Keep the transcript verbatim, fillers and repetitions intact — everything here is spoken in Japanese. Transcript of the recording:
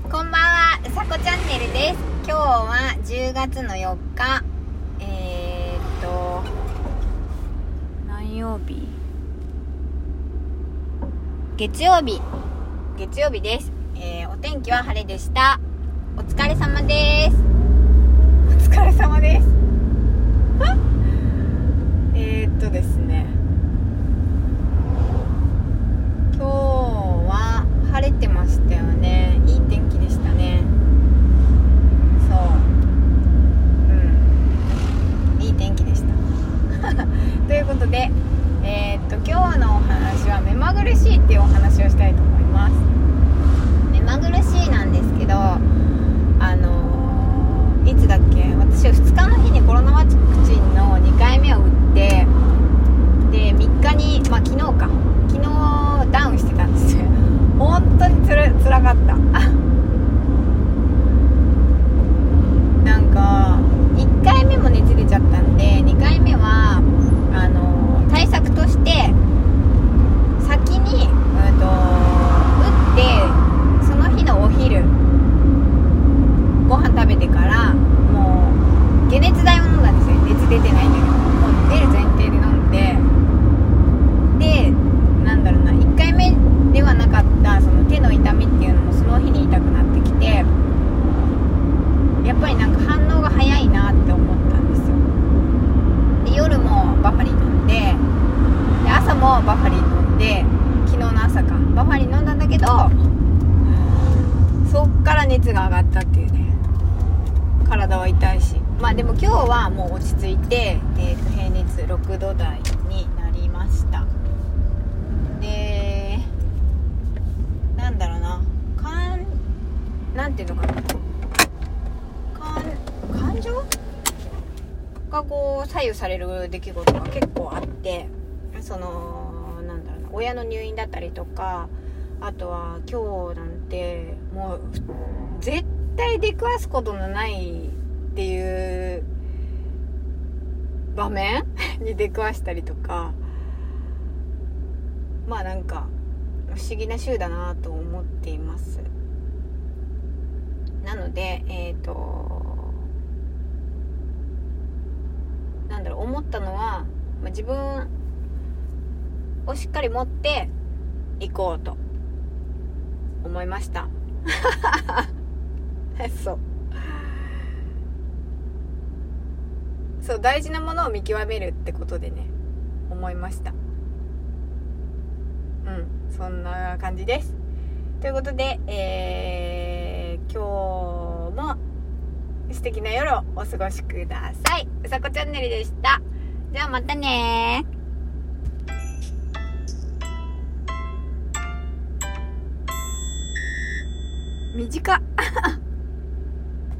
こんばんは、うさこチャンネルです。今日はじゅうがつのよっか、えーっと何曜日？月曜日月曜日です。えー、お天気は晴れでした。お疲れ様です。お疲れ様ですえーっとですね今日は晴れてましたよね。いい天気でしたね。そう、うん、いい天気でしたということで、えー、っと今日のお話は目まぐるしいっていうお話をしたいと思います。目まぐるしいなんですけど、あのー、いつだっけ、私はふつかの日にコロナワクチンのにかいめを打って、でみっかに、まあ昨日か昨日ダウンしてたんですよ。本当につら、つらかったなんかいっかいめも熱出ちゃったんで、にかいめはあの対策として先に、うんと、打ってその日のお昼ご飯食べてからもう解熱剤を飲んだんですよ。熱出てないんだけど、もう出る前提で飲んで、でなんだろうな、いっかいめではなかったその手の痛みっていうのもその日に痛くなってきて、やっぱりなんか反応が早いなって思ったんですよ。で夜もバファリン飲んで、で朝もバファリン飲んで、昨日の朝かバファリン飲んだんだけど、そっから熱が上がったっていうね。体は痛いし、まあでも今日はもう落ち着いて、えー、と平熱ろくど台になりました。でなんだろうな、感なんていうのかな、感感情がこう左右される出来事が結構あって、そのなんだろうな、親の入院だったりとか、あとは今日なんてもう絶対出くわすことのないっていう場面に出くわしたりとか、まあなんか不思議な週だなと思っています。なのでえっとなんだろう、思ったのは、まあ、自分をしっかり持っていこうと思いましたそうそう大事なものを見極めるってことでね、思いました。うん、そんな感じです。ということで、えー、今日も素敵な夜をお過ごしください。うさこチャンネルでした。じゃあまたねー。短っ